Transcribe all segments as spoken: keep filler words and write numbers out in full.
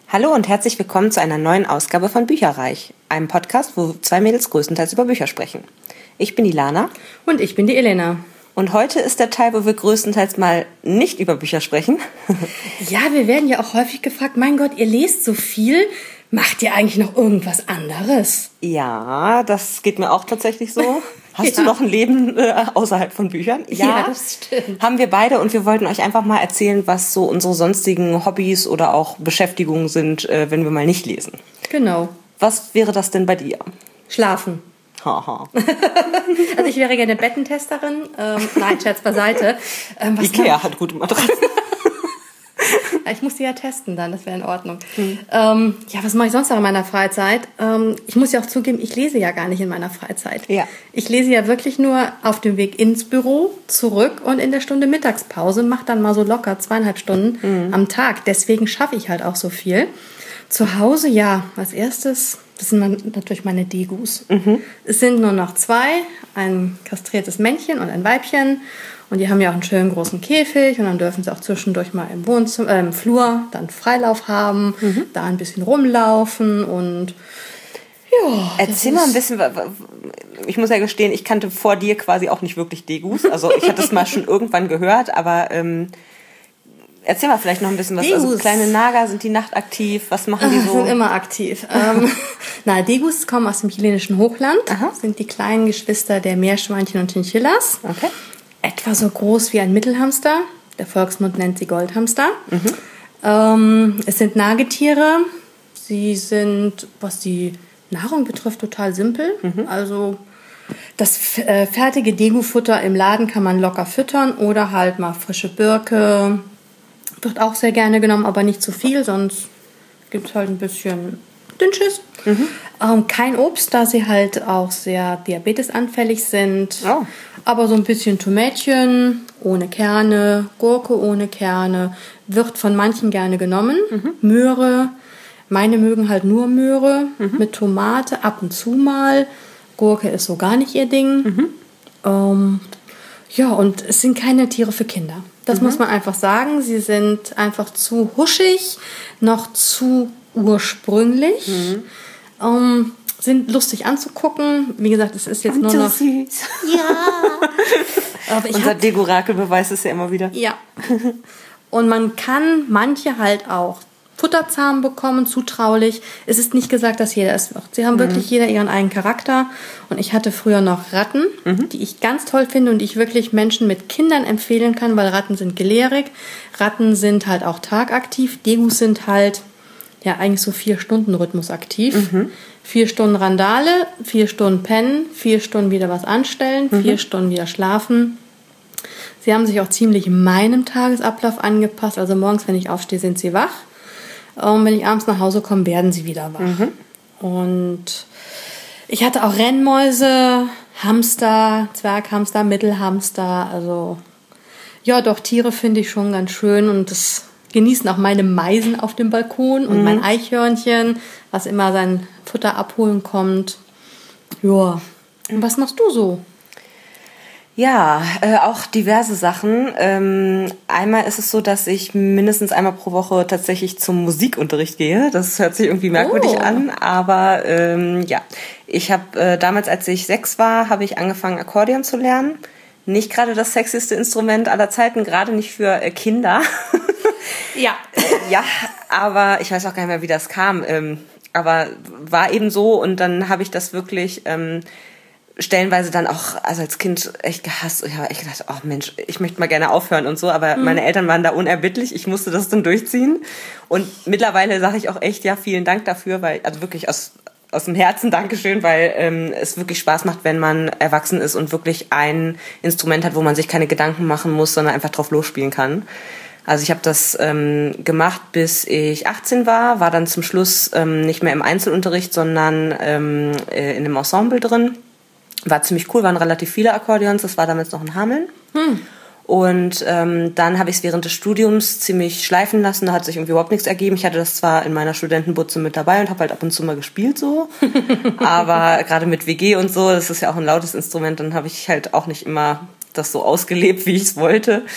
Hallo und herzlich willkommen zu einer neuen Ausgabe von Bücherreich, einem Podcast, wo zwei Mädels größtenteils über Bücher sprechen. Ich bin die Lana. Und ich bin die Elena. Und heute ist der Teil, wo wir größtenteils mal nicht über Bücher sprechen. Ja, wir werden ja auch häufig gefragt, mein Gott, ihr lest so viel, macht ihr eigentlich noch irgendwas anderes? Ja, das geht mir auch tatsächlich so. Hast Ja. du noch ein Leben äh, außerhalb von Büchern? Ja, das stimmt. Haben wir beide und wir wollten euch einfach mal erzählen, was so unsere sonstigen Hobbys oder auch Beschäftigungen sind, äh, wenn wir mal nicht lesen. Genau. Was wäre das denn bei dir? Schlafen. Haha. Also ich wäre gerne Bettentesterin. Ähm, nein, Scherz beiseite. Ähm, was Ikea hat gute Matratzen. Ja, ich muss die ja testen dann, das wäre in Ordnung. Mhm. Ähm, ja, was mache ich sonst noch in meiner Freizeit? Ähm, ich muss ja auch zugeben, ich lese ja gar nicht in meiner Freizeit. Ja. Ich lese ja wirklich nur auf dem Weg ins Büro, zurück und in der Stunde Mittagspause, mache dann mal so locker zweieinhalb Stunden mhm. am Tag. Deswegen schaffe ich halt auch so viel. Zu Hause, ja, als erstes, das sind dann natürlich meine Degus. Mhm. Es sind nur noch zwei, ein kastriertes Männchen und ein Weibchen. Und die haben ja auch einen schönen großen Käfig und dann dürfen sie auch zwischendurch mal im Wohnzimmer, äh, im Flur dann Freilauf haben, mhm. da ein bisschen rumlaufen und ja. Erzähl mal ein bisschen, ich muss ja gestehen, ich kannte vor dir quasi auch nicht wirklich Degus. Also ich hatte es mal schon irgendwann gehört, aber ähm, erzähl mal vielleicht noch ein bisschen was. Degus. Also kleine Nager, sind die nachtaktiv? Was machen die Die so? sind immer aktiv. ähm, na, Degus kommen aus dem chilenischen Hochland, Aha. sind die kleinen Geschwister der Meerschweinchen und Chinchillas. Okay. Etwa so groß wie ein Mittelhamster. Der Volksmund nennt sie Goldhamster. Mhm. Ähm, es sind Nagetiere. Sie sind, was die Nahrung betrifft, total simpel. Mhm. Also das äh, fertige Degu-Futter im Laden kann man locker füttern oder halt mal frische Birke. Wird auch sehr gerne genommen, aber nicht zu viel, sonst gibt es halt ein bisschen Dünnschiss. Mhm. Ähm, kein Obst, da sie halt auch sehr diabetesanfällig sind. Oh. Aber so ein bisschen Tomätchen ohne Kerne, Gurke ohne Kerne, wird von manchen gerne genommen. Mhm. Möhre, meine mögen halt nur Möhre mhm. mit Tomate, ab und zu mal. Gurke ist so gar nicht ihr Ding. Mhm. Ähm, ja, und es sind keine Tiere für Kinder. Das mhm. muss man einfach sagen. Sie sind einfach zu huschig, noch zu ursprünglich. Mhm. Ähm, sind lustig anzugucken. Wie gesagt, es ist jetzt Und nur so noch... süß. Ja. Aber ich Unser hab, Degorakel beweist es ja immer wieder. Ja. Und man kann manche halt auch futterzahm bekommen, zutraulich. Es ist nicht gesagt, dass jeder es wird. Sie haben mhm. wirklich jeder ihren eigenen Charakter. Und ich hatte früher noch Ratten, mhm. die ich ganz toll finde und die ich wirklich Menschen mit Kindern empfehlen kann, weil Ratten sind gelehrig. Ratten sind halt auch tagaktiv. Degus sind halt ja eigentlich so vier Stunden Rhythmus aktiv. Mhm. Vier Stunden Randale, vier Stunden pennen, vier Stunden wieder was anstellen, mhm. vier Stunden wieder schlafen. Sie haben sich auch ziemlich meinem Tagesablauf angepasst. Also morgens, wenn ich aufstehe, sind sie wach. Und wenn ich abends nach Hause komme, werden sie wieder wach. Mhm. Und ich hatte auch Rennmäuse, Hamster, Zwerghamster, Mittelhamster. Also ja, doch, Tiere finde ich schon ganz schön. Und das genießen auch meine Meisen auf dem Balkon und mhm. mein Eichhörnchen, was immer sein Futter abholen kommt. Ja, und was machst du so? Ja, äh, auch diverse Sachen. Ähm, einmal ist es so, dass ich mindestens einmal pro Woche tatsächlich zum Musikunterricht gehe. Das hört sich irgendwie merkwürdig oh. an, aber ähm, ja, ich habe äh, damals, als ich sechs war, habe ich angefangen, Akkordeon zu lernen. Nicht gerade das sexyste Instrument aller Zeiten, gerade nicht für äh, Kinder. Ja. Ja, aber ich weiß auch gar nicht mehr, wie das kam. Ähm, aber war eben so und dann habe ich das wirklich ähm, stellenweise dann auch, also als Kind echt gehasst. Ich habe echt gedacht, oh Mensch, ich möchte mal gerne aufhören und so, aber mhm. meine Eltern waren da unerbittlich. Ich musste das dann durchziehen. Und mittlerweile sage ich auch echt, ja, vielen Dank dafür, weil, also wirklich aus aus dem Herzen Dankeschön, weil ähm, es wirklich Spaß macht, wenn man erwachsen ist und wirklich ein Instrument hat, wo man sich keine Gedanken machen muss, sondern einfach drauf losspielen kann. Also ich habe das ähm, gemacht, bis ich achtzehn war, war dann zum Schluss ähm, nicht mehr im Einzelunterricht, sondern ähm, äh, in einem Ensemble drin. War ziemlich cool, waren relativ viele Akkordeons, das war damals noch in Hameln. Hm. Und ähm, dann habe ich es während des Studiums ziemlich schleifen lassen, da hat sich irgendwie überhaupt nichts ergeben. Ich hatte das zwar in meiner Studentenbutze mit dabei und habe halt ab und zu mal gespielt so, aber gerade mit W G und so, das ist ja auch ein lautes Instrument, dann habe ich halt auch nicht immer das so ausgelebt, wie ich es wollte.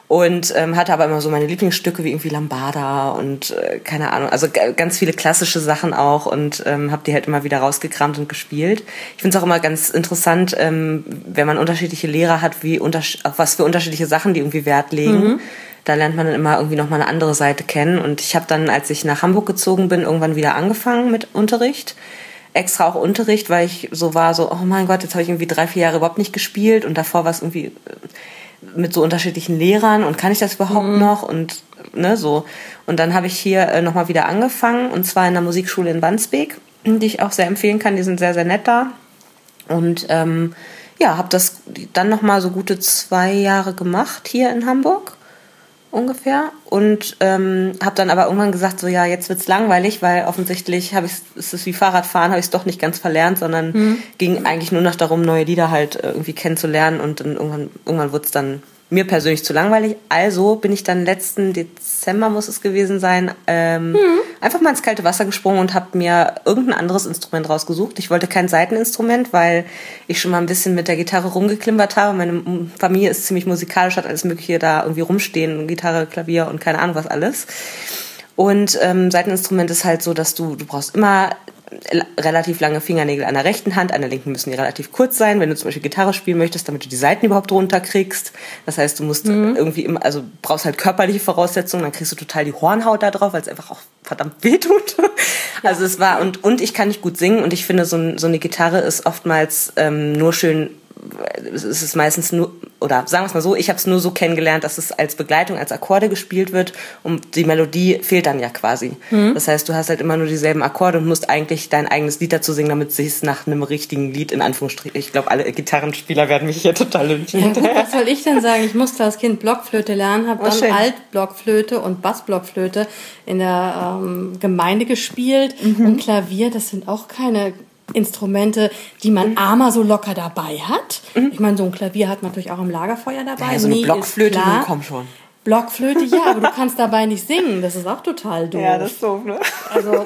Und ähm, hatte aber immer so meine Lieblingsstücke wie irgendwie Lambada und äh, keine Ahnung, also g- ganz viele klassische Sachen auch und ähm, habe die halt immer wieder rausgekramt und gespielt. Ich finde es auch immer ganz interessant, ähm, wenn man unterschiedliche Lehrer hat, wie untersch- auf was für unterschiedliche Sachen die irgendwie Wert legen. Mhm. Da lernt man dann immer irgendwie nochmal eine andere Seite kennen. Und ich habe dann, als ich nach Hamburg gezogen bin, irgendwann wieder angefangen mit Unterricht. Extra auch Unterricht, weil ich so war, so, oh mein Gott, jetzt habe ich irgendwie drei, vier Jahre überhaupt nicht gespielt und davor war es irgendwie mit so unterschiedlichen Lehrern und kann ich das überhaupt mhm. noch und ne, so. Und dann habe ich hier äh, nochmal wieder angefangen und zwar in der Musikschule in Wandsbek, die ich auch sehr empfehlen kann, die sind sehr, sehr nett da. Und ähm, ja, habe das dann nochmal so gute zwei Jahre gemacht hier in Hamburg. Ungefähr und ähm, habe dann aber irgendwann gesagt, so ja, jetzt wird's langweilig, weil offensichtlich habe ich es ist wie Fahrradfahren, habe ich es doch nicht ganz verlernt, sondern mhm. ging eigentlich nur noch darum, neue Lieder halt irgendwie kennenzulernen und dann irgendwann irgendwann wurde es dann mir persönlich zu langweilig. Also bin ich dann letzten Dezember, muss es gewesen sein, ähm, mhm. einfach mal ins kalte Wasser gesprungen und habe mir irgendein anderes Instrument rausgesucht. Ich wollte kein Saiteninstrument, weil ich schon mal ein bisschen mit der Gitarre rumgeklimpert habe. Meine Familie ist ziemlich musikalisch, hat alles Mögliche da irgendwie rumstehen, Gitarre, Klavier und keine Ahnung was alles. Und ähm, Saiteninstrument ist halt so, dass du, du brauchst immer relativ lange Fingernägel an der rechten Hand, an der linken müssen die relativ kurz sein, wenn du zum Beispiel Gitarre spielen möchtest, damit du die Saiten überhaupt runterkriegst. Das heißt, du musst mhm. irgendwie immer, also brauchst halt körperliche Voraussetzungen, dann kriegst du total die Hornhaut da drauf, weil es einfach auch verdammt wehtut. Ja. Also es war, und, und ich kann nicht gut singen und ich finde, so, ein, so eine Gitarre ist oftmals ähm, nur schön, es ist meistens nur, oder sagen wir es mal so, ich habe es nur so kennengelernt, dass es als Begleitung, als Akkorde gespielt wird und die Melodie fehlt dann ja quasi. Mhm. Das heißt, du hast halt immer nur dieselben Akkorde und musst eigentlich dein eigenes Lied dazu singen, damit es sich nach einem richtigen Lied in Anführungsstrichen, ich glaube, alle Gitarrenspieler werden mich hier total lynchen. Ja, gut, was soll ich denn sagen? Ich musste als Kind Blockflöte lernen, habe dann oh, Altblockflöte und Bassblockflöte in der ähm, Gemeinde gespielt mhm. und Klavier, das sind auch keine Instrumente, die man mhm. armer so locker dabei hat. Mhm. Ich meine, so ein Klavier hat man natürlich auch im Lagerfeuer dabei. Ja, so eine nee, Blockflöte, nun komm schon. Blockflöte, ja, aber du kannst dabei nicht singen. Das ist auch total doof. Ja, das ist doof, ne? Also,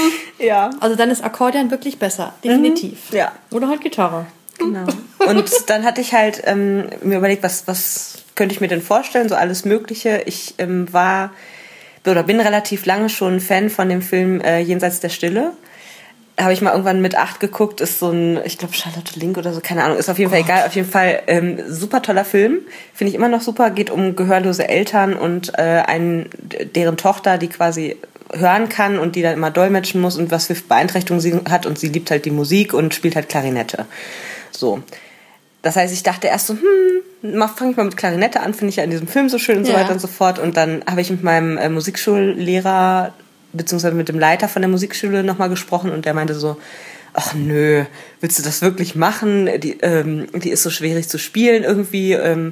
ja. Also dann ist Akkordeon wirklich besser, definitiv. Mhm. Ja. Oder halt Gitarre. Genau. Und dann hatte ich halt ähm, mir überlegt, was, was könnte ich mir denn vorstellen, so alles Mögliche. Ich ähm, war oder bin relativ lange schon Fan von dem Film äh, Jenseits der Stille. Habe ich mal irgendwann mit acht geguckt, ist so ein, ich glaube Charlotte Link oder so, keine Ahnung, ist auf jeden Fall egal, auf jeden Fall ähm, super toller Film, finde ich immer noch super, geht um gehörlose Eltern und äh, einen, deren Tochter, die quasi hören kann und die dann immer dolmetschen muss und was für Beeinträchtigungen sie hat und sie liebt halt die Musik und spielt halt Klarinette. So. Das heißt, ich dachte erst so, hm, fange ich mal mit Klarinette an, finde ich ja in diesem Film so schön und so ja. weiter und so fort und dann habe ich mit meinem äh, Musikschullehrer beziehungsweise mit dem Leiter von der Musikschule nochmal gesprochen und der meinte so, ach nö, willst du das wirklich machen? Die, ähm, die ist so schwierig zu spielen irgendwie. Ähm,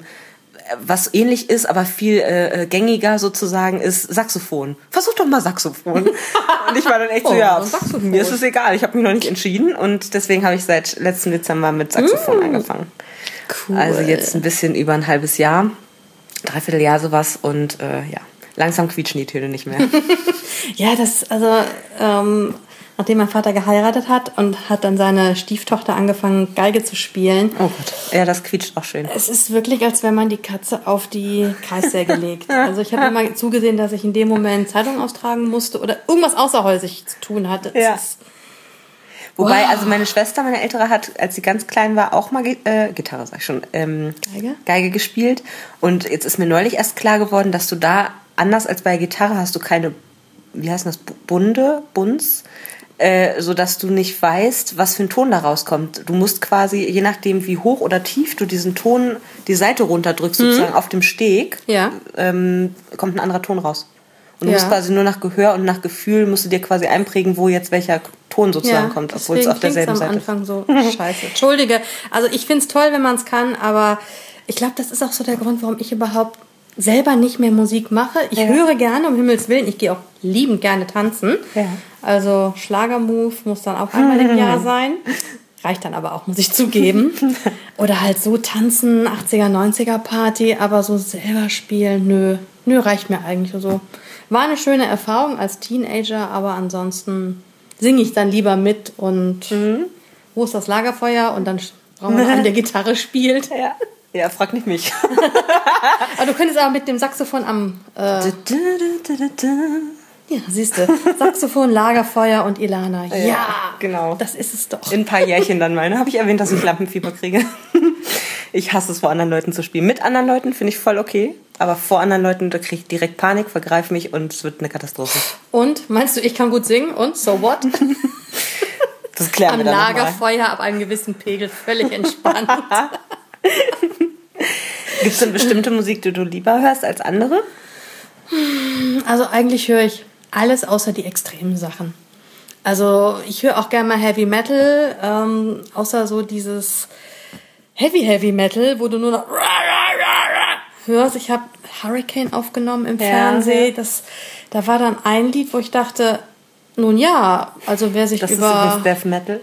was ähnlich ist, aber viel äh, gängiger sozusagen ist Saxophon. Versuch doch mal Saxophon. Und ich war dann echt so, oh, ja, pff, mir ist es egal, ich habe mich noch nicht entschieden und deswegen habe ich seit letzten Dezember mit Saxophon mm. angefangen. Cool. Also jetzt ein bisschen über ein halbes Jahr, dreiviertel Jahr sowas und äh, ja. Langsam quietschen die Töne nicht mehr. Ja, das, also, ähm, nachdem mein Vater geheiratet hat und hat dann seine Stieftochter angefangen, Geige zu spielen. Oh Gott, ja, das quietscht auch schön. Es ist wirklich, als wenn man die Katze auf die Kreissäge legt. Also ich habe immer zugesehen, dass ich in dem Moment Zeitung austragen musste oder irgendwas außerhäusig zu tun hatte. Ja. Wobei, wow. also meine Schwester, meine Ältere, hat, als sie ganz klein war, auch mal äh, Gitarre, sag ich schon, ähm, Geige? Geige gespielt. Und jetzt ist mir neulich erst klar geworden, dass du da, anders als bei Gitarre, hast du keine, wie heißt das, Bunde, Bunz, äh, sodass du nicht weißt, was für ein Ton da rauskommt. Du musst quasi, je nachdem, wie hoch oder tief du diesen Ton, die Seite runterdrückst, mhm. sozusagen auf dem Steg, ja. ähm, kommt ein anderer Ton raus. Und du ja. musst quasi nur nach Gehör und nach Gefühl musst du dir quasi einprägen, wo jetzt welcher Ton sozusagen ja, kommt, obwohl es auf derselben Seite ist. am Anfang so scheiße. Entschuldige. Also ich find's toll, wenn man es kann, aber ich glaube, das ist auch so der Grund, warum ich überhaupt selber nicht mehr Musik mache. Ich ja. höre gerne, um Himmels Willen. Ich gehe auch liebend gerne tanzen. Ja. Also Schlagermove muss dann auch einmal im Jahr sein. Reicht dann aber auch, muss ich zugeben. Oder halt so tanzen, achtziger, neunziger Party, aber so selber spielen, nö. Nö, reicht mir eigentlich so. War eine schöne Erfahrung als Teenager, aber ansonsten singe ich dann lieber mit und mhm. wo ist das Lagerfeuer? Und dann brauchen wir an der Gitarre spielt. Ja. Ja, frag nicht mich. Aber du könntest aber mit dem Saxophon am... Äh, ja, siehst du. Saxophon, Lagerfeuer und Ilana. Ja, ja, genau. Das ist es doch. In ein paar Jährchen dann mal. Ne? Habe ich erwähnt, dass ich Lampenfieber kriege. Ich hasse es, vor anderen Leuten zu spielen. Mit anderen Leuten finde ich voll okay. Aber vor anderen Leuten, da kriege ich direkt Panik, vergreife mich und es wird eine Katastrophe. Und? Meinst du, ich kann gut singen? Und? So what? Das klären Am wir dann Lagerfeuer ab einem gewissen Pegel völlig entspannt. Gibt es denn bestimmte Musik, die du lieber hörst als andere? Also eigentlich höre ich alles außer die extremen Sachen. Also ich höre auch gerne mal Heavy Metal, ähm, außer so dieses Heavy Heavy Metal, wo du nur noch hörst. Ich habe Hurricane aufgenommen im ja, Fernsehen. Das, da war dann ein Lied, wo ich dachte, nun ja, also wer sich das über... Das ist übrigens Death Metal.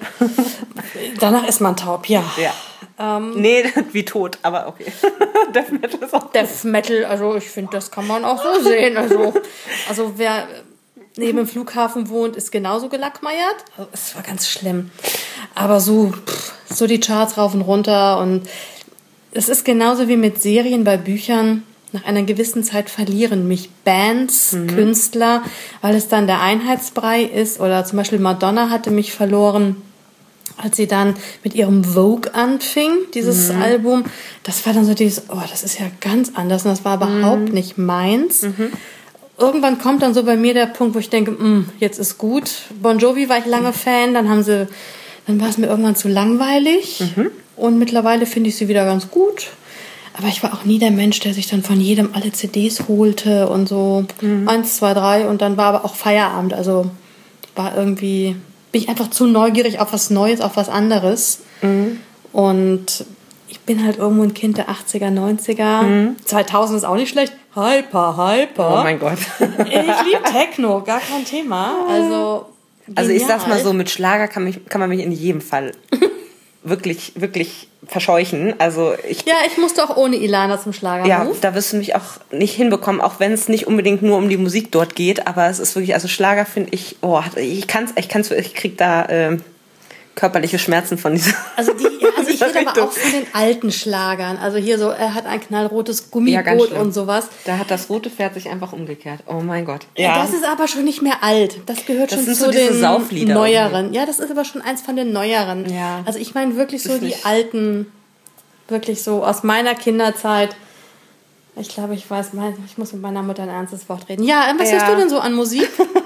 Danach ist man taub, ja. Ja. Ähm, nee, wie tot, aber okay. Death Metal ist auch Death Metal, also ich finde, das kann man auch so sehen. Also, also wer neben dem Flughafen wohnt, ist genauso gelackmeiert. Es war ganz schlimm. Aber so, pff, so die Charts rauf und runter. Und es ist genauso wie mit Serien bei Büchern. Nach einer gewissen Zeit verlieren mich Bands, mhm. Künstler, weil es dann der Einheitsbrei ist. Oder zum Beispiel Madonna hatte mich verloren, als sie dann mit ihrem Vogue anfing, dieses mhm. Album. Das war dann so dieses, oh, das ist ja ganz anders. Und das war überhaupt mhm. nicht meins. Mhm. Irgendwann kommt dann so bei mir der Punkt, wo ich denke, jetzt ist gut. Bon Jovi war ich lange Fan, dann haben sie, dann war es mir irgendwann zu langweilig. Mhm. Und mittlerweile finde ich sie wieder ganz gut. Aber ich war auch nie der Mensch, der sich dann von jedem alle C Ds holte und so mhm. eins, zwei, drei und dann war aber auch Feierabend. Also war irgendwie, bin ich einfach zu neugierig auf was Neues, auf was anderes. Mhm. Und ich bin halt irgendwo ein Kind der achtziger, neunziger. Mhm. zweitausend ist auch nicht schlecht. Hyper, hyper. Oh mein Gott. Ich liebe Techno, gar kein Thema. Also, also ich sag's mal so, mit Schlager kann, mich, kann man mich in jedem Fall wirklich, wirklich verscheuchen. Also ich, ja, ich musste auch ohne Ilana zum Schlager. Ja, da wirst du mich auch nicht hinbekommen, auch wenn es nicht unbedingt nur um die Musik dort geht. Aber es ist wirklich, also Schlager finde ich, oh, ich kann's, ich kann's, ich krieg da äh, körperliche Schmerzen von dieser. Also die, also ich rede aber auch von den alten Schlagern. Also hier so, er hat ein knallrotes Gummiboot ja, und sowas. Da hat das rote Pferd sich einfach umgekehrt. Oh mein Gott. Ja. Das ist aber schon nicht mehr alt. Das gehört das schon sind zu so diese den Sauflieder neueren. irgendwie. Ja, das ist aber schon eins von den neueren. Ja. Also ich meine wirklich so die alten, wirklich so aus meiner Kinderzeit. Ich glaube, ich weiß, ich muss mit meiner Mutter ein ernstes Wort reden. Ja, was ja. hörst du denn so an Musik?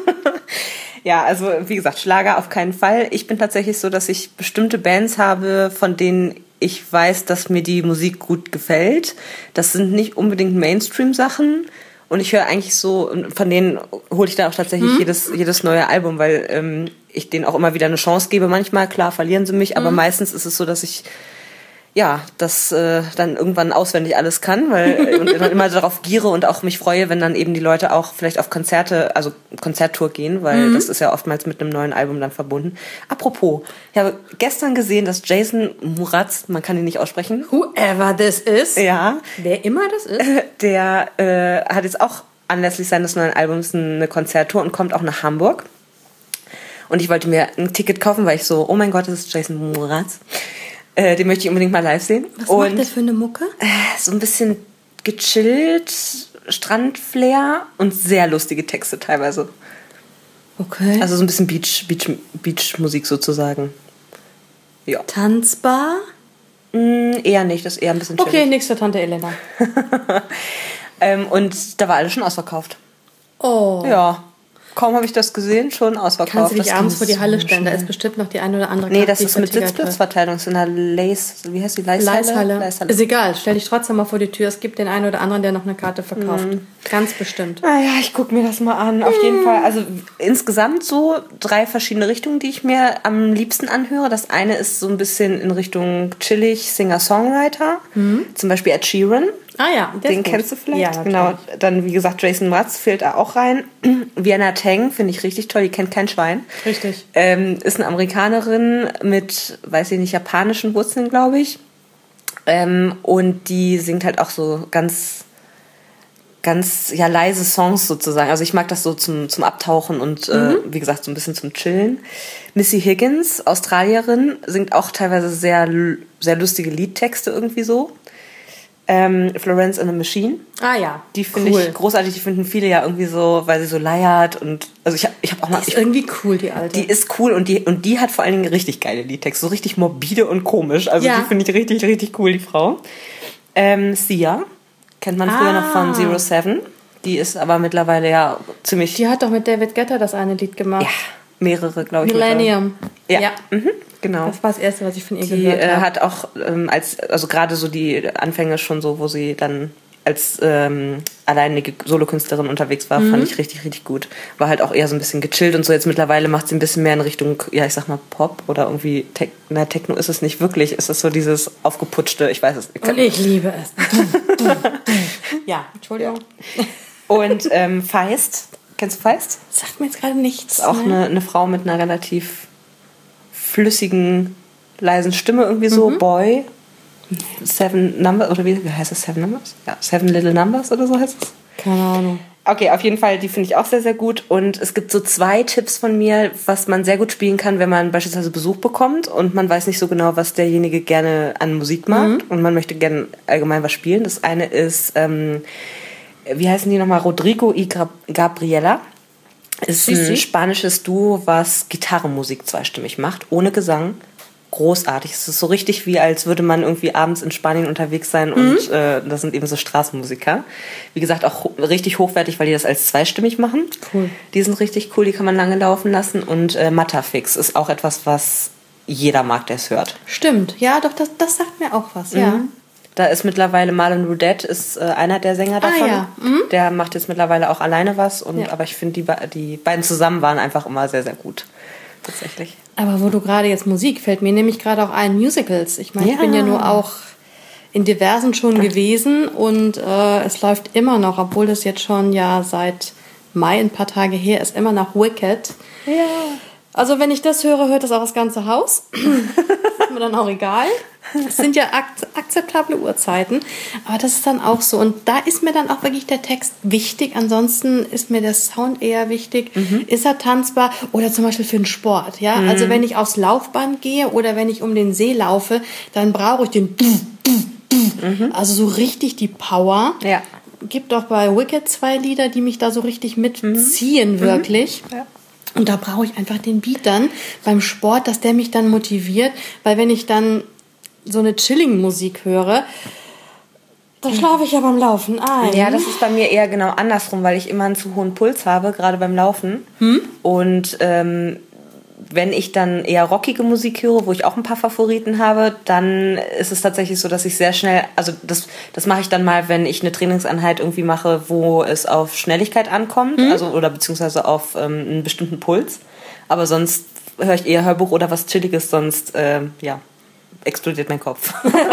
Ja, also wie gesagt, Schlager auf keinen Fall. Ich bin tatsächlich so, dass ich bestimmte Bands habe, von denen ich weiß, dass mir die Musik gut gefällt. Das sind nicht unbedingt Mainstream-Sachen. Und ich höre eigentlich so, von denen hole ich dann auch tatsächlich hm. jedes, jedes neue Album, weil ähm, ich denen auch immer wieder eine Chance gebe. Manchmal, klar, verlieren sie mich, aber hm. meistens ist es so, dass ich ja, das äh, dann irgendwann auswendig alles kann, weil und dann immer darauf giere und auch mich freue, wenn dann eben die Leute auch vielleicht auf Konzerte, also Konzerttour gehen, weil mhm. das ist ja oftmals mit einem neuen Album dann verbunden. Apropos, ich habe gestern gesehen, dass Jason Mraz, man kann ihn nicht aussprechen. Whoever this is. Ja. Wer immer das ist. Der äh, hat jetzt auch anlässlich seines neuen Albums eine Konzerttour und kommt auch nach Hamburg. Und ich wollte mir ein Ticket kaufen, weil ich so, oh mein Gott, das ist Jason Mraz. Äh, den möchte ich unbedingt mal live sehen. Was und, macht der für eine Mucke? Äh, so ein bisschen gechillt, Strandflair und sehr lustige Texte teilweise. Okay. Also so ein bisschen Beach, Beach, Beach-Musik sozusagen. Ja. Tanzbar? Mm, eher nicht, das ist eher ein bisschen chillig. Okay, nächste Tante Elena. ähm, und da war alles schon ausverkauft. Oh. Ja. Kaum habe ich das gesehen, schon ausverkauft. Kannst du dich das abends vor die Halle so stellen, schnell. Da ist bestimmt noch die eine oder andere Karte. Nee, das die ist mit Sitzplatzverteilung. Das ist in der Lace, wie heißt die? Leishalle? Leishalle. Leishalle. Ist egal, stell dich trotzdem mal vor die Tür. Es gibt den einen oder anderen, der noch eine Karte verkauft. Mhm. Ganz bestimmt. Naja, ich gucke mir das mal an. Auf jeden Fall, also insgesamt so drei verschiedene Richtungen, die ich mir am liebsten anhöre. Das eine ist so ein bisschen in Richtung chillig Singer-Songwriter. Mhm. Zum Beispiel Ed Sheeran. Ah ja, den kennst du vielleicht? Ja, genau. Dann, wie gesagt, Jason Mraz fehlt da auch rein. Vienna Teng finde ich richtig toll, die kennt kein Schwein. Richtig. Ähm, ist eine Amerikanerin mit, weiß ich nicht, japanischen Wurzeln, glaube ich. Ähm, und die singt halt auch so ganz, ganz, ja, leise Songs sozusagen. Also ich mag das so zum, zum Abtauchen und, mhm. äh, wie gesagt, so ein bisschen zum Chillen. Missy Higgins, Australierin, singt auch teilweise sehr, sehr lustige Liedtexte irgendwie so. Ähm, Florence and the Machine. Ah ja, Die finde cool. ich großartig. Die finden viele ja irgendwie so, weil sie so leiert und also ich habe ich hab auch mal. Die ist ich, irgendwie cool, die alte. Die ist cool und die und die hat vor allen Dingen richtig geile Liedtexte, so richtig morbide und komisch. Also Ja. die finde ich richtig richtig cool, die Frau. Ähm, Sia kennt man früher Ah. noch von Zero Seven. Die ist aber mittlerweile ja ziemlich. Die hat doch mit David Guetta das eine Lied gemacht. Ja, mehrere, glaube ich. Millennium. Ja, Ja. Mhm, genau. Das war das Erste, was ich von ihr Die gehört äh, habe. hat auch ähm, als, also gerade so die Anfänge schon so, wo sie dann als ähm, alleinige Solokünstlerin unterwegs war, Mhm. fand ich richtig, richtig gut. War halt auch eher so ein bisschen gechillt und so. Jetzt mittlerweile macht sie ein bisschen mehr in Richtung, ja, ich sag mal Pop oder irgendwie, Tech, na, Techno ist es nicht wirklich. Es ist so dieses aufgeputschte, ich weiß es nicht. Und ich liebe es. Ja, Entschuldigung. Und ähm, Feist, kennst du Feist? Sagt mir jetzt gerade nichts. Ist auch ne? eine, eine Frau mit einer relativ flüssigen, leisen Stimme irgendwie so. Mhm. Boy. Seven Numbers, oder wie, wie heißt es? Seven Numbers? Ja, Seven Little Numbers oder so heißt es. Keine Ahnung. Okay, auf jeden Fall, die finde ich auch sehr, sehr gut. Und es gibt so zwei Tipps von mir, was man sehr gut spielen kann, wenn man beispielsweise Besuch bekommt und man weiß nicht so genau, was derjenige gerne an Musik mag Mhm. und man möchte gerne allgemein was spielen. Das eine ist, ähm, wie heißen die nochmal? Rodrigo y Gabriela. Ist Sie, ein sie? spanisches Duo, was Gitarrenmusik zweistimmig macht, ohne Gesang. Großartig. Es ist so richtig wie, als würde man irgendwie abends in Spanien unterwegs sein und äh, das sind eben so Straßenmusiker. Wie gesagt, auch ho- richtig hochwertig, weil die das als zweistimmig machen. Cool. Die sind richtig cool, die kann man lange laufen lassen. Und äh, Matterfix ist auch etwas, was jeder mag, der es hört. Stimmt. Ja, doch, das, das sagt mir auch was, ja. Mhm. Da ist mittlerweile Marlon Rudette, ist äh, einer der Sänger davon. ja. Mhm. Der macht jetzt mittlerweile auch alleine was. Und, Ja. Aber ich finde, die, be- die beiden zusammen waren einfach immer sehr, sehr gut. Tatsächlich. Aber wo du gerade jetzt Musik, fällt mir nämlich gerade auch ein, Musicals. Ich meine, ich Ja. bin ja nur auch in diversen schon gewesen und äh, es läuft immer noch, obwohl das jetzt schon ja seit Mai ein paar Tage her ist, immer noch Wicked. Ja. Also wenn ich das höre, hört das auch das ganze Haus. Ist mir dann auch egal. Es sind ja ak- akzeptable Uhrzeiten, aber das ist dann auch so. Und da ist mir dann auch wirklich der Text wichtig. Ansonsten ist mir der Sound eher wichtig. Ist er tanzbar? Oder zum Beispiel für den Sport. Ja? Mhm. Also wenn ich aufs Laufband gehe oder wenn ich um den See laufe, dann brauche ich den also so richtig die Power. Ja. Gibt auch bei Wicked zwei Lieder, die mich da so richtig mitziehen, wirklich. Ja. Und da brauche ich einfach den Beat dann beim Sport, dass der mich dann motiviert. Weil wenn ich dann so eine Chilling-Musik höre, da schlafe ich ja beim Laufen ein. Ja, das ist bei mir eher genau andersrum, weil ich immer einen zu hohen Puls habe, gerade beim Laufen. Und ähm, wenn ich dann eher rockige Musik höre, wo ich auch ein paar Favoriten habe, dann ist es tatsächlich so, dass ich sehr schnell, also das, das mache ich dann mal, wenn ich eine Trainingseinheit irgendwie mache, wo es auf Schnelligkeit ankommt, also oder beziehungsweise auf ähm, einen bestimmten Puls. Aber sonst höre ich eher Hörbuch oder was Chilliges, sonst ähm, ja, explodiert mein Kopf.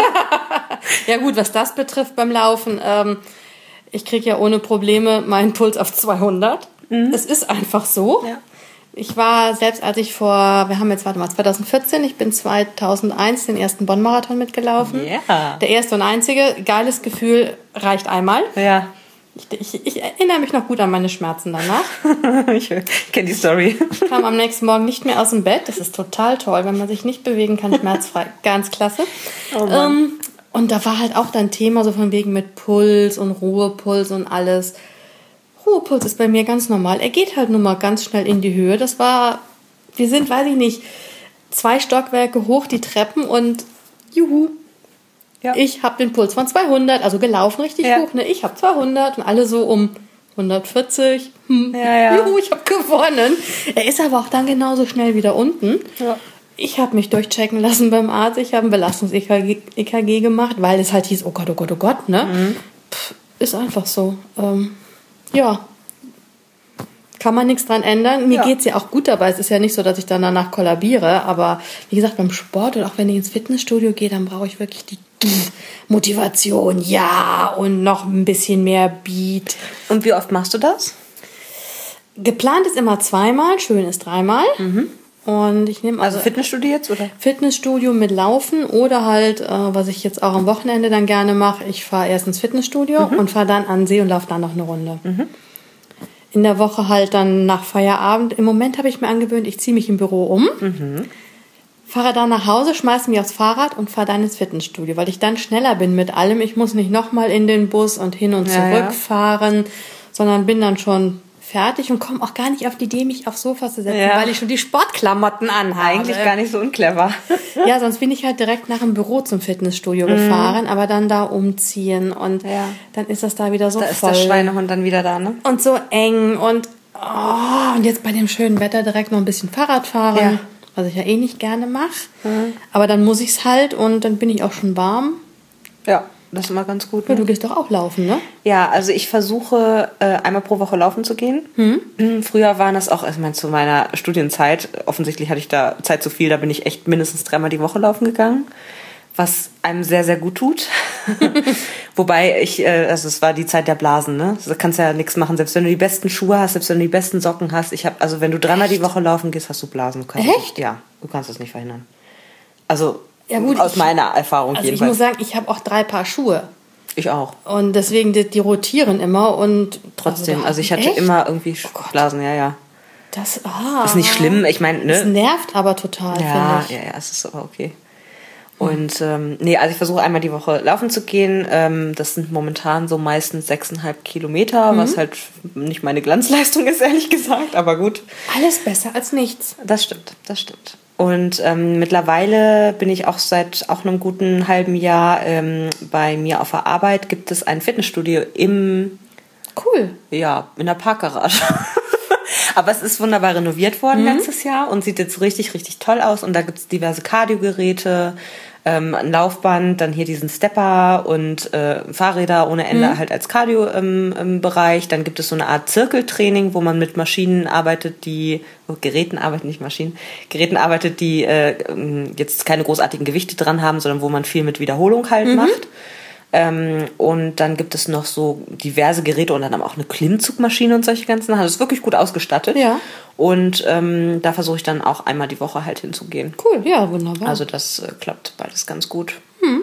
Ja gut, was das betrifft beim Laufen, ähm, ich kriege ja ohne Probleme meinen Puls auf zweihundert. Es ist einfach so. Ja. Ich war, selbst als ich vor, wir haben jetzt, warte mal, zwanzig vierzehn, ich bin zweitausendeins den ersten Bonn-Marathon mitgelaufen. Ja. Der erste und einzige, geiles Gefühl, reicht einmal. Ja, Ich, ich, ich erinnere mich noch gut an meine Schmerzen danach. ich kenne die Story. Ich kam am nächsten Morgen nicht mehr aus dem Bett. Das ist total toll, wenn man sich nicht bewegen kann, schmerzfrei. Ganz klasse. Oh Mann. ähm, und da war halt auch dann Thema so von wegen mit Puls und Ruhepuls und alles. Ruhepuls ist bei mir ganz normal. Er geht halt nur mal ganz schnell in die Höhe. Das war, wir sind, weiß ich nicht, zwei Stockwerke hoch die Treppen und juhu. Ja. Ich habe den Puls von zweihundert, also gelaufen richtig Ja. hoch. Ne? Ich habe zweihundert und alle so um hundertvierzig. Hm. Ja, ja. Juhu, ich habe gewonnen. Er ist aber auch dann genauso schnell wieder unten. Ja. Ich habe mich durchchecken lassen beim Arzt. Ich habe ein Belastungs-E K G gemacht, weil es halt hieß, oh Gott, oh Gott, oh Gott. Ne? Mhm. Pff, ist einfach so. Ähm, ja. Kann man nichts dran ändern. Mir Ja. geht's ja auch gut dabei. Es ist ja nicht so, dass ich dann danach kollabiere. Aber wie gesagt, beim Sport oder auch wenn ich ins Fitnessstudio gehe, dann brauche ich wirklich die Motivation. Ja, und noch ein bisschen mehr Beat. Und wie oft machst du das? Geplant ist immer zweimal, schön ist dreimal. Und ich nehme Also also Fitnessstudio jetzt, oder? Fitnessstudio mit Laufen oder halt, äh, was ich jetzt auch am Wochenende dann gerne mache, ich fahre erst ins Fitnessstudio und fahre dann an den See und laufe dann noch eine Runde. In der Woche halt dann nach Feierabend. Im Moment habe ich mir angewöhnt, ich ziehe mich im Büro um. fahre dann nach Hause, schmeiße mich aufs Fahrrad und fahre dann ins Fitnessstudio, weil ich dann schneller bin mit allem. Ich muss nicht nochmal in den Bus und hin und Ja, zurück ja. fahren, sondern bin dann schon fertig und komme auch gar nicht auf die Idee, mich aufs Sofa zu setzen, Ja. weil ich schon die Sportklamotten anhabe. Eigentlich gar nicht so unclever. Ja, sonst bin ich halt direkt nach dem Büro zum Fitnessstudio gefahren, aber dann da umziehen und Ja. dann ist das da wieder so Da ist voll. der Schweinehund dann wieder da, ne? Und so eng und oh, und jetzt bei dem schönen Wetter direkt noch ein bisschen Fahrrad fahren, Ja. was ich ja eh nicht gerne mache. Aber dann muss ich's halt und dann bin ich auch schon warm. Ja, das ist immer ganz gut. Ja, Ne? du gehst doch auch laufen, ne? Ja, also ich versuche äh, einmal pro Woche laufen zu gehen. Mhm. Früher waren das auch, also ich meine, zu meiner Studienzeit, offensichtlich hatte ich da Zeit zu viel, da bin ich echt mindestens dreimal die Woche laufen gegangen, was einem sehr, sehr gut tut. Wobei ich, äh, also es war die Zeit der Blasen, ne? Da kannst ja nichts machen, selbst wenn du die besten Schuhe hast, selbst wenn du die besten Socken hast. Ich habe, also wenn du dreimal die Woche laufen gehst, hast du Blasen. Du kannst Echt? Nicht, ja, du kannst es nicht verhindern. Also Ja, gut, aus ich- meiner Erfahrung Also ich jedenfalls. muss sagen, ich habe auch drei Paar Schuhe. Ich auch. Und deswegen, die, die rotieren immer und... Trotzdem, da- also ich hatte echt? immer irgendwie Gott. Blasen, ja, ja. Das, ah, Ist nicht schlimm, ich meine, Das ne? nervt aber total, Ja, finde ich. ja, ja, es ist aber okay. Und ähm, nee, also ich versuche einmal die Woche laufen zu gehen. Ähm, das sind momentan so meistens sechseinhalb Kilometer, was halt nicht meine Glanzleistung ist, ehrlich gesagt, aber gut. Alles besser als nichts. Das stimmt, das stimmt. Und ähm, mittlerweile bin ich auch seit auch einem guten halben Jahr ähm, bei mir auf der Arbeit gibt es ein Fitnessstudio im, Cool. ja, in der Parkgarage. Aber es ist wunderbar renoviert worden letztes Jahr und sieht jetzt richtig, richtig toll aus. Und da gibt es diverse Cardio-Geräte, ähm, ein Laufband, dann hier diesen Stepper und äh, Fahrräder ohne Ende halt als Cardio-Bereich. Ähm, im Bereich. Dann gibt es so eine Art Zirkeltraining, wo man mit Maschinen arbeitet, die, oh, Geräten arbeitet, nicht Maschinen, Geräten arbeitet, die äh, ähm, jetzt keine großartigen Gewichte dran haben, sondern wo man viel mit Wiederholung halt macht. Ähm, und dann gibt es noch so diverse Geräte und dann auch eine Klimmzugmaschine und solche ganzen Sachen. Das ist wirklich gut ausgestattet. Ja. Und ähm, da versuche ich dann auch einmal die Woche halt hinzugehen. Cool, ja, wunderbar. Also das äh, klappt beides ganz gut.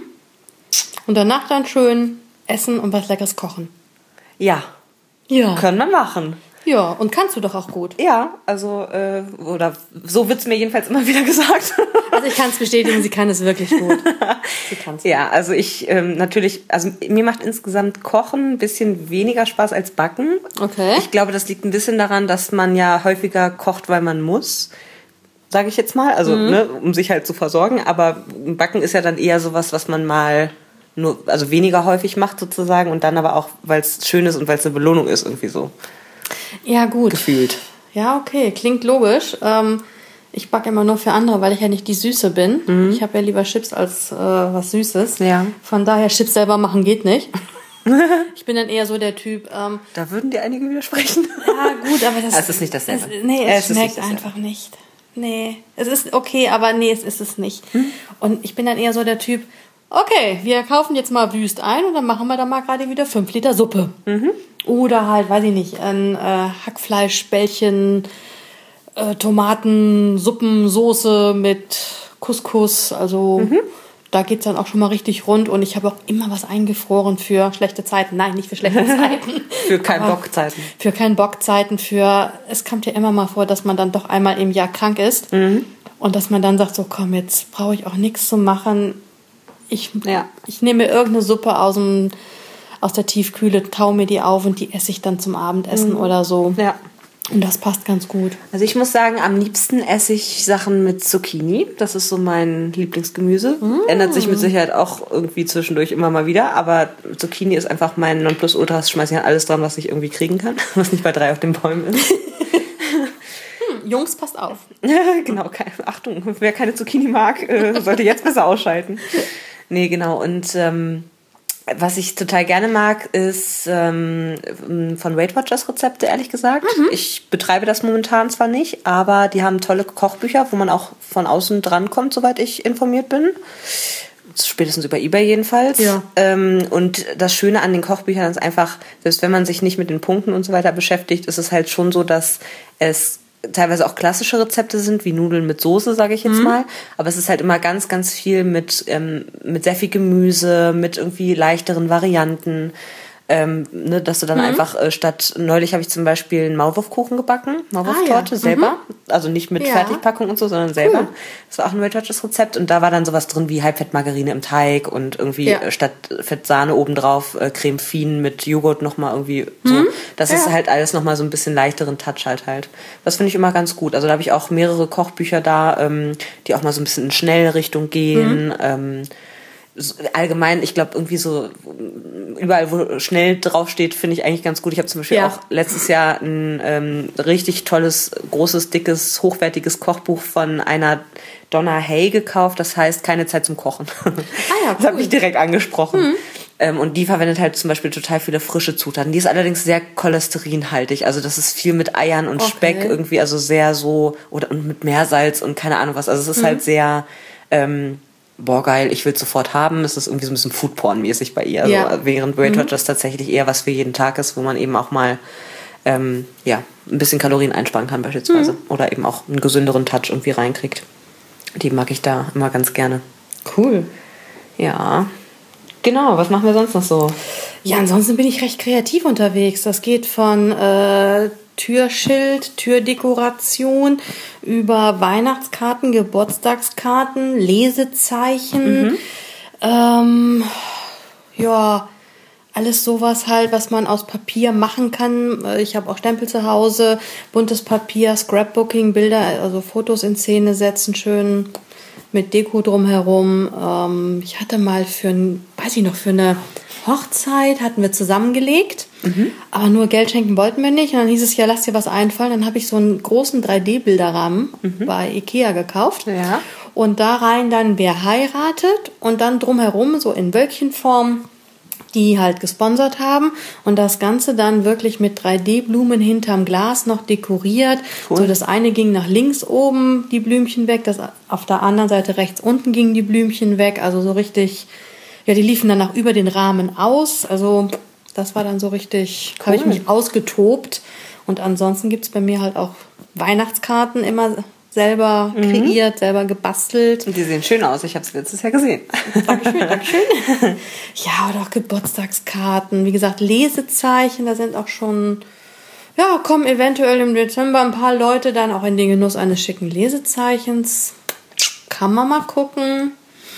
und danach dann schön essen und was Leckeres kochen. Ja, Ja. können wir machen. Ja, und kannst du doch auch gut. Ja, also, äh, oder so wird's mir jedenfalls immer wieder gesagt. Also ich kann es bestätigen, sie kann es wirklich gut. Sie kann's. Ja, also ich ähm, natürlich, also mir macht insgesamt Kochen ein bisschen weniger Spaß als Backen. Okay. Ich glaube, das liegt ein bisschen daran, dass man ja häufiger kocht, weil man muss, sage ich jetzt mal, also ne, um sich halt zu versorgen. Aber Backen ist ja dann eher sowas, was man mal nur, also weniger häufig macht sozusagen und dann aber auch, weil es schön ist und weil es eine Belohnung ist irgendwie so Ja, gut. gefühlt. Ja, okay, klingt logisch. Ähm, ich backe immer nur für andere, weil ich ja nicht die Süße bin. Ich habe ja lieber Chips als äh, was Süßes. Ja. Von daher, Chips selber machen geht nicht. Ich bin dann eher so der Typ, ähm, Da würden dir einige widersprechen. ja gut, aber das... Es ist nicht dasselbe. Es, nee, Es es, ist schmeckt nicht dasselbe. einfach nicht. Nee, es ist okay, aber nee, es ist es nicht. Und ich bin dann eher so der Typ, okay, wir kaufen jetzt mal Wüst ein und dann machen wir da mal gerade wieder fünf Liter Suppe. Oder halt, weiß ich nicht, ein äh, Hackfleischbällchen, äh, Tomaten, Suppen, Soße mit Couscous. Also da geht's dann auch schon mal richtig rund. Und ich habe auch immer was eingefroren für schlechte Zeiten. Nein, nicht für schlechte Zeiten. Für kein Aber Bockzeiten. Für kein Bockzeiten, für... Es kommt ja immer mal vor, dass man dann doch einmal im Jahr krank ist. Und dass man dann sagt, so komm, jetzt brauche ich auch nichts zu machen. Ich, Ja. ich nehme mir irgendeine Suppe aus, dem, aus der Tiefkühle, taue mir die auf und die esse ich dann zum Abendessen oder so. Ja. Und das passt ganz gut. Also ich muss sagen, am liebsten esse ich Sachen mit Zucchini. Das ist so mein Lieblingsgemüse. Ändert sich mit Sicherheit auch irgendwie zwischendurch immer mal wieder. Aber Zucchini ist einfach mein Nonplusultra. Das schmeiße ich an alles dran, was ich irgendwie kriegen kann. Was nicht bei drei auf den Bäumen ist. Jungs, passt auf. Genau, keine, Achtung, wer keine Zucchini mag, äh, sollte jetzt besser ausschalten. Nee, genau. Und ähm, was ich total gerne mag, ist ähm, von Weight Watchers Rezepte, ehrlich gesagt. Ich betreibe das momentan zwar nicht, aber die haben tolle Kochbücher, wo man auch von außen drankommt, soweit ich informiert bin. Spätestens über eBay jedenfalls. Ja. Ähm, und das Schöne an den Kochbüchern ist einfach, selbst wenn man sich nicht mit den Punkten und so weiter beschäftigt, ist es halt schon so, dass es teilweise auch klassische Rezepte sind, wie Nudeln mit Soße, sage ich jetzt mal. Aber es ist halt immer ganz, ganz viel mit, ähm, mit sehr viel Gemüse, mit irgendwie leichteren Varianten. Ähm, ne, dass du dann mhm. einfach äh, statt, neulich habe ich zum Beispiel einen Maulwurfkuchen gebacken, Maulwurftorte ah, ja. selber, mhm. also nicht mit ja. Fertigpackung und so, sondern selber. Cool. Das war auch ein retouches Rezept und da war dann sowas drin wie Halbfettmargarine im Teig und irgendwie ja. äh, statt Fettsahne obendrauf äh, Creme Fien mit Joghurt nochmal irgendwie so. Mhm. Das ja. ist halt alles nochmal so ein bisschen leichteren Touch halt halt. Das finde ich immer ganz gut. Also da habe ich auch mehrere Kochbücher da, ähm, die auch mal so ein bisschen in Schnellrichtung gehen, mhm. ähm, allgemein, ich glaube, irgendwie so überall, wo schnell draufsteht, finde ich eigentlich ganz gut. Ich habe zum Beispiel ja. auch letztes Jahr ein ähm, richtig tolles, großes, dickes, hochwertiges Kochbuch von einer Donna Hay gekauft. Das heißt, keine Zeit zum Kochen. Ah ja, cool. Das habe ich direkt angesprochen. Mhm. Ähm, und die verwendet halt zum Beispiel total viele frische Zutaten. Die ist allerdings sehr cholesterinhaltig. Also das ist viel mit Eiern und okay. Speck irgendwie, also sehr so, oder und mit Meersalz und keine Ahnung was. Also es ist mhm. halt sehr... Ähm, boah, geil, ich will es sofort haben. Es ist irgendwie so ein bisschen Foodporn-mäßig bei ihr. Ja. Also, während Weight Watchers mhm. tatsächlich eher was für jeden Tag ist, wo man eben auch mal ähm, ja, ein bisschen Kalorien einsparen kann beispielsweise. Mhm. Oder eben auch einen gesünderen Touch irgendwie reinkriegt. Die mag ich da immer ganz gerne. Cool. Ja. Genau, was machen wir sonst noch so? Ja, ansonsten bin ich recht kreativ unterwegs. Das geht von äh, Türschild, Türdekoration, über Weihnachtskarten, Geburtstagskarten, Lesezeichen, mhm. ähm, ja, alles sowas halt, was man aus Papier machen kann. Ich habe auch Stempel zu Hause, buntes Papier, Scrapbooking, Bilder, also Fotos in Szene setzen, schön mit Deko drumherum. Ähm, ich hatte mal für, ein, weiß ich noch, für eine Hochzeit hatten wir zusammengelegt, mhm. aber nur Geld schenken wollten wir nicht. Und dann hieß es, ja, lass dir was einfallen. Dann habe ich so einen großen drei D-Bilderrahmen mhm. bei Ikea gekauft. Ja. Und da rein dann, wer heiratet und dann drumherum so in Wölkchenform, die halt gesponsert haben. Und das Ganze dann wirklich mit drei D-Blumen hinterm Glas noch dekoriert. Cool. So, das eine ging nach links oben die Blümchen weg, das auf der anderen Seite rechts unten gingen die Blümchen weg. Also so richtig... Ja, die liefen dann auch über den Rahmen aus. Also das war dann so richtig, cool. Habe ich mich ausgetobt. Und ansonsten gibt es bei mir halt auch Weihnachtskarten immer selber mhm. kreiert, selber gebastelt. Und die sehen schön aus. Ich habe es letztes Jahr gesehen. Dankeschön, Dankeschön. Ja, oder auch Geburtstagskarten. Wie gesagt, Lesezeichen. Da sind auch schon, ja, kommen eventuell im Dezember ein paar Leute dann auch in den Genuss eines schicken Lesezeichens. Kann man mal gucken.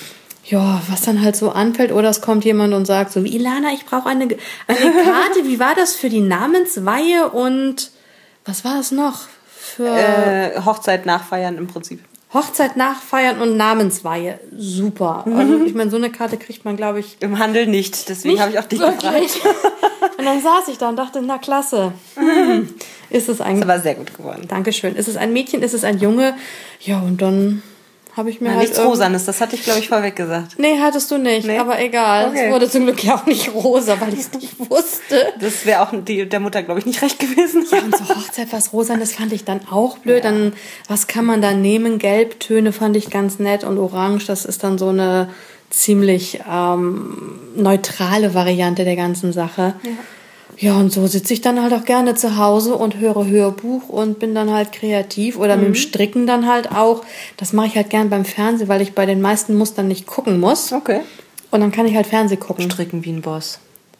Ja, was dann halt so anfällt. Oder es kommt jemand und sagt so, wie Ilana, ich brauche eine, eine Karte. Wie war das für die Namensweihe und was war es noch? Für äh, Hochzeit nachfeiern im Prinzip. Hochzeit nachfeiern und Namensweihe. Super. Mhm. Also ich meine, so eine Karte kriegt man, glaube ich... Im Handel nicht. Deswegen habe ich auch dich gefragt. Und dann saß ich da und dachte, na klasse. Mhm. Ist es ein... Das war sehr gut geworden. Dankeschön. Ist es ein Mädchen, ist es ein Junge? Ja, und dann... Habe ich mir Na, halt nichts Rosanes, das hatte ich, glaube ich, vorweg gesagt. Nee, hattest du nicht, nee? Aber egal. Okay. Es wurde zum Glück ja auch nicht rosa, weil ich es nicht wusste. Das wäre auch die, der Mutter, glaube ich, nicht recht gewesen. Ja, und so Hochzeit was Rosanes fand ich dann auch blöd. Ja. Dann, was kann man da nehmen? Gelbtöne fand ich ganz nett und Orange, das ist dann so eine ziemlich ähm, neutrale Variante der ganzen Sache. Ja. Ja, und so sitze ich dann halt auch gerne zu Hause und höre Hörbuch und bin dann halt kreativ oder mhm. mit dem Stricken dann halt auch. Das mache ich halt gern beim Fernsehen, weil ich bei den meisten Mustern nicht gucken muss. Okay. Und dann kann ich halt Fernsehen gucken. Stricken wie ein Boss.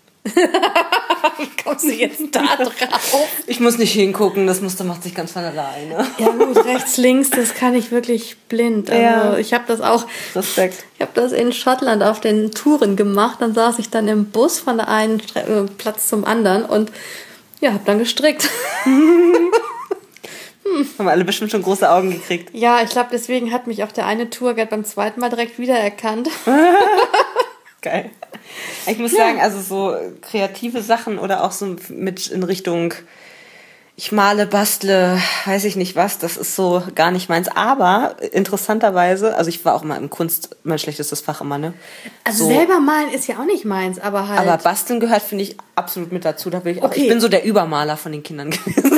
Wie kommst du jetzt da drauf? Ich muss nicht hingucken, das Muster macht sich ganz von alleine. Ja gut, rechts, links, das kann ich wirklich blind. Also ja. Ich habe das auch, Respekt. Ich habe das in Schottland auf den Touren gemacht. Dann saß ich dann im Bus von der einen Stre- Platz zum anderen und ja, habe dann gestrickt. Hm. Haben alle bestimmt schon große Augen gekriegt. Ja, ich glaube, deswegen hat mich auch der eine Tourguide beim zweiten Mal direkt wiedererkannt. Geil. Ich muss ja. sagen, also so kreative Sachen oder auch so mit in Richtung ich male, bastle, weiß ich nicht was, das ist so gar nicht meins. Aber interessanterweise, also ich war auch mal im Kunst mein schlechtestes Fach immer, ne? Also so. Selber malen ist ja auch nicht meins, aber halt... Aber basteln gehört, finde ich, absolut mit dazu. Da will ich auch, okay. Ich bin so der Übermaler von den Kindern gewesen.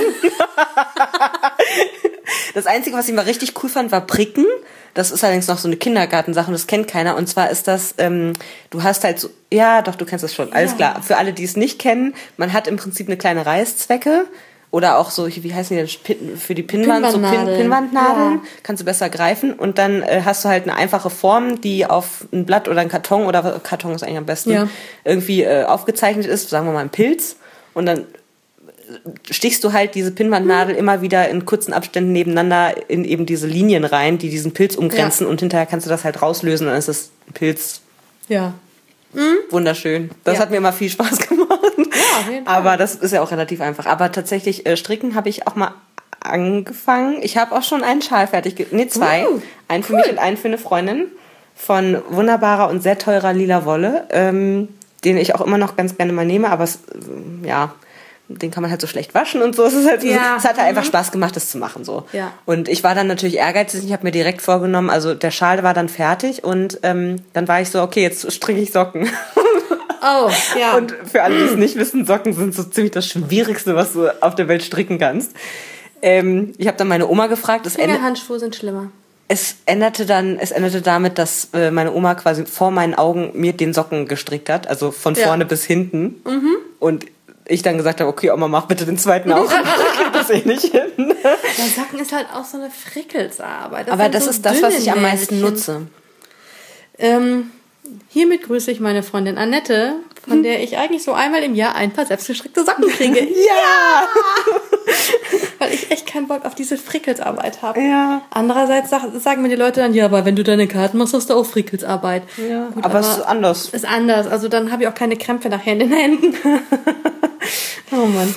Das Einzige, was ich mal richtig cool fand, war Pricken. Das ist allerdings noch so eine Kindergartensache und das kennt keiner. Und zwar ist das, ähm, du hast halt so, ja doch, du kennst das schon, alles ja. Klar. Für alle, die es nicht kennen, man hat im Prinzip eine kleine Reißzwecke Oder auch so, wie heißen die denn, Pin, für die Pinnwand, so Pin, Pinnwandnadeln, ja. Kannst du besser greifen. Und dann äh, hast du halt eine einfache Form, die auf ein Blatt oder ein Karton, oder Karton ist eigentlich am besten, ja. irgendwie äh, aufgezeichnet ist, sagen wir mal ein Pilz. Und dann stichst du halt diese Pinnwandnadel mhm. immer wieder in kurzen Abständen nebeneinander in eben diese Linien rein, die diesen Pilz umgrenzen. Ja. Und hinterher kannst du das halt rauslösen und dann ist das ein Pilz. Ja. Mhm. Wunderschön. Das ja. hat mir immer viel Spaß gemacht. Ja, auf jeden Fall. Aber das ist ja auch relativ einfach. Aber tatsächlich, äh, Stricken habe ich auch mal angefangen. Ich habe auch schon einen Schal fertig, ge- nee, zwei. Uh, einen für cool. mich und einen für eine Freundin von wunderbarer und sehr teurer lila Wolle, ähm, den ich auch immer noch ganz gerne mal nehme, aber es, äh, ja, den kann man halt so schlecht waschen und so. Es ist halt, ja. es hat halt einfach Spaß gemacht, das zu machen, so. Ja. Und ich war dann natürlich ehrgeizig. Ich habe mir direkt vorgenommen, also der Schal war dann fertig und ähm, dann war ich so, okay, jetzt stricke ich Socken. Oh, ja. Und für alle, die es nicht wissen, Socken sind so ziemlich das Schwierigste, was du auf der Welt stricken kannst. Ähm, ich habe dann meine Oma gefragt. Fingerhandschuhe sind schlimmer. Es endete dann, es endete damit, dass äh, meine Oma quasi vor meinen Augen mir den Socken gestrickt hat, also von ja. vorne bis hinten. Mhm. Und ich dann gesagt habe, okay, Oma, mach bitte den zweiten auch. Ich krieg das eh nicht hin. Ja, Socken ist halt auch so eine Frickelsarbeit. Das Aber das so ist das, was ich am meisten nutze. Ähm, hiermit grüße ich meine Freundin Annette, von der ich eigentlich so einmal im Jahr ein paar selbstgestrickte Socken kriege. Ja! Weil ich echt keinen Bock auf diese Frickelsarbeit habe. Ja. Andererseits sag, sagen mir die Leute dann, ja, aber wenn du deine Karten machst, hast du auch Frickelsarbeit. Ja, Gut, aber es ist anders. Ist anders. Also dann habe ich auch keine Krämpfe nachher in den Händen. Oh Mann.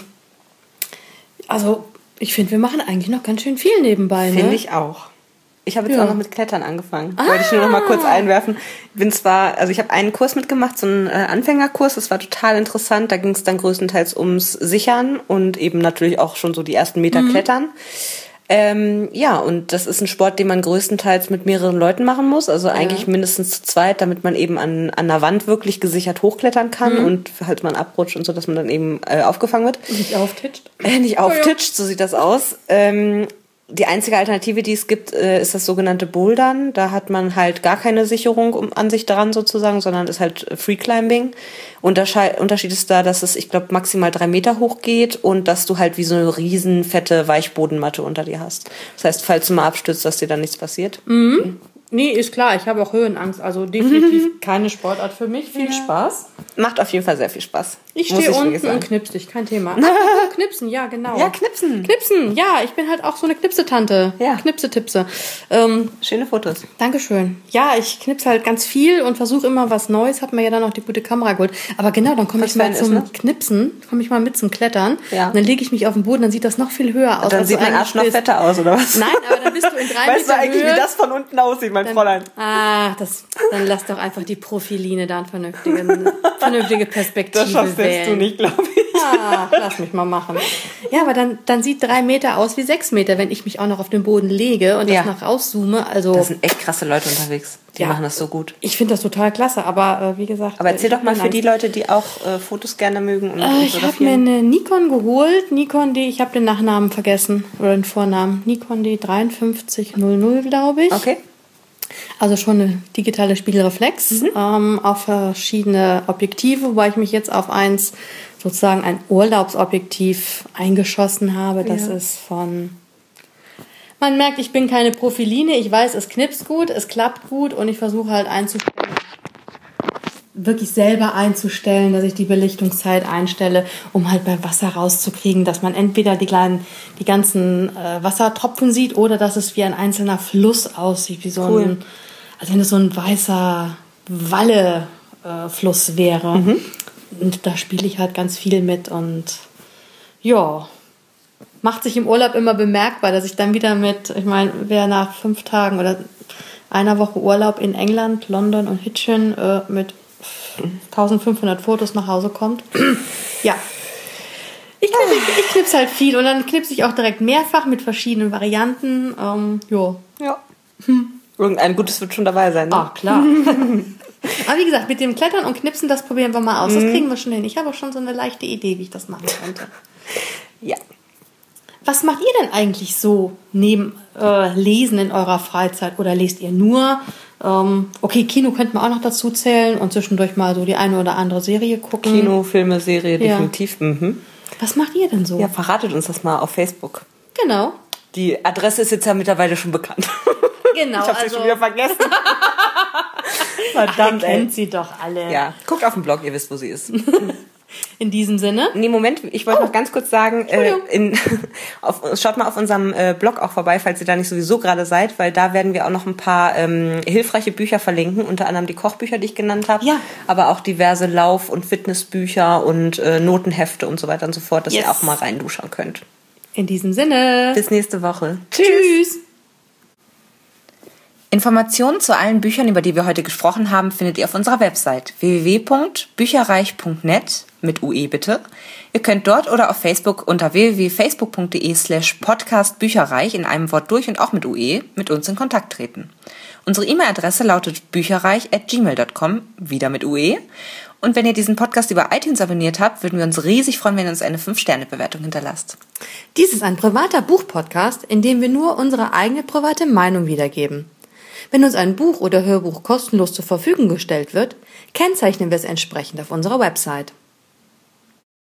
Also, ich finde, wir machen eigentlich noch ganz schön viel nebenbei. Finde ne? ich auch. Ich habe jetzt Ja. auch noch mit Klettern angefangen. Ah. Wollte ich nur noch mal kurz einwerfen. Bin zwar, also ich habe einen Kurs mitgemacht, so einen äh, Anfängerkurs. Das war total interessant. Da ging es dann größtenteils ums Sichern und eben natürlich auch schon so die ersten Meter Mhm. Klettern. Ähm, ja, und das ist ein Sport, den man größtenteils mit mehreren Leuten machen muss. Also eigentlich Ja. mindestens zu zweit, damit man eben an, an der Wand wirklich gesichert hochklettern kann Mhm. und halt man abrutscht und so, dass man dann eben äh, aufgefangen wird. Nicht auftitscht. Äh, nicht auftitscht, so sieht das aus. Ähm, die einzige Alternative, die es gibt, äh, ist das sogenannte Bouldern. Da hat man halt gar keine Sicherung um, an sich dran sozusagen, sondern ist halt Free Climbing. Untersche- Unterschied ist da, dass es, ich glaube, maximal drei Meter hoch geht und dass du halt wie so eine riesen fette Weichbodenmatte unter dir hast. Das heißt, falls du mal abstürzt, dass dir dann nichts passiert. Mhm. Nee, ist klar, ich habe auch Höhenangst, also definitiv keine Sportart für mich. Viel Ja. Spaß. Macht auf jeden Fall sehr viel Spaß. Ich Muss stehe unten wirklich sagen. und knips dich, kein Thema. Apropos Knipsen, ja, genau. Ja, knipsen. Knipsen, ja, ich bin halt auch so eine Knipsetante. Ja. Knipsetipse. Ähm, Schöne Fotos. Dankeschön. Ja, ich knipse halt ganz viel und versuche immer was Neues. Hab mir ja dann auch die gute Kamera geholt. Aber genau, dann komme ich mal Fan zum ist, ne? Knipsen, komme ich mal mit zum Klettern. Ja. Und dann lege ich mich auf den Boden, dann sieht das noch viel höher aus. Dann als sieht du mein eigentlich Arsch noch bist. fetter aus, oder was? Nein, aber dann bist du in drei Weißt du Meter eigentlich, Höhe. wie das von unten aussieht, mein Dann- Fräulein? Ah, das, dann lass doch einfach die Profiline da eine vernünftige, eine vernünftige Perspektive Das schaffst wählen. selbst du nicht, glaube ich. Ah, lass mich mal machen. Ja, aber dann, dann sieht drei Meter aus wie sechs Meter, wenn ich mich auch noch auf den Boden lege und Ja. das noch rauszoome. Also, Da sind echt krasse Leute unterwegs. Die Ja. machen das so gut. ich finde das total klasse, aber äh, wie gesagt... Aber erzähl äh, doch mal ich für bin die Leute, die auch äh, Fotos gerne mögen und, Äh, und ich habe mir fotografieren. eine Nikon geholt. Nikon D, ich habe den Nachnamen vergessen. Oder den Vornamen. Nikon D dreiundfünfzig null null, glaube ich. Okay. Also schon eine digitale Spiegelreflex. Mhm. Ähm, auf verschiedene Objektive, wobei ich mich jetzt auf eins, sozusagen ein Urlaubsobjektiv eingeschossen habe. Das Ja. ist von... Man merkt, ich bin keine Profiline. Ich weiß, es knipst gut, es klappt gut und ich versuche halt einzustellen, wirklich selber einzustellen, dass ich die Belichtungszeit einstelle, um halt beim Wasser rauszukriegen, dass man entweder die kleinen, die ganzen äh, Wassertropfen sieht oder dass es wie ein einzelner Fluss aussieht, wie so Cool. ein, als wenn es so ein weißer Walle-Fluss äh, wäre. Mhm. Und da spiele ich halt ganz viel mit und ja, macht sich im Urlaub immer bemerkbar, dass ich dann wieder mit, ich meine, wer nach fünf Tagen oder einer Woche Urlaub in England, London und Hitchin äh, mit eintausendfünfhundert Fotos nach Hause kommt. Ja. Ich, knipse, ich, ich knipse halt viel und dann knipse ich auch direkt mehrfach mit verschiedenen Varianten. Ähm, jo. Ja. Irgendein Gutes wird schon dabei sein, ne? Ah, klar. Aber wie gesagt, mit dem Klettern und Knipsen, das probieren wir mal aus. Das kriegen wir schon hin. Ich habe auch schon so eine leichte Idee, wie ich das machen könnte. Ja. Was macht ihr denn eigentlich so neben äh, Lesen in eurer Freizeit? Oder lest ihr nur? Ähm, okay, Kino könnte man auch noch dazu zählen und zwischendurch mal so die eine oder andere Serie gucken. Kino, Filme, Serie, Ja. definitiv. Mhm. Was macht ihr denn so? Ja, verratet uns das mal auf Facebook. Genau. Die Adresse ist jetzt ja mittlerweile schon bekannt. Genau. Ich habe sie also, schon wieder vergessen. Verdammt, ey. Kennt sie doch alle. Ja, guckt auf den Blog, ihr wisst, wo sie ist. In diesem Sinne. Nee, Moment, ich wollte Oh. noch ganz kurz sagen, äh, in, auf, schaut mal auf unserem äh, Blog auch vorbei, falls ihr da nicht sowieso gerade seid, weil da werden wir auch noch ein paar ähm, hilfreiche Bücher verlinken, unter anderem die Kochbücher, die ich genannt habe, Ja. aber auch diverse Lauf- und Fitnessbücher und äh, Notenhefte und so weiter und so fort, dass Yes. ihr auch mal reinduschern könnt. In diesem Sinne. Bis nächste Woche. Tschüss. Informationen zu allen Büchern, über die wir heute gesprochen haben, findet ihr auf unserer Website w w w punkt bücherreich punkt net mit U E bitte. Ihr könnt dort oder auf Facebook unter w w w punkt facebook punkt de slash podcast bücherreich in einem Wort durch und auch mit U E mit uns in Kontakt treten. Unsere E-Mail-Adresse lautet bücherreich at gmail punkt com, wieder mit U E. Und wenn ihr diesen Podcast über iTunes abonniert habt, würden wir uns riesig freuen, wenn ihr uns eine fünf Sterne Bewertung hinterlasst. Dies ist ein privater Buchpodcast, in dem wir nur unsere eigene private Meinung wiedergeben. Wenn uns ein Buch oder Hörbuch kostenlos zur Verfügung gestellt wird, kennzeichnen wir es entsprechend auf unserer Website.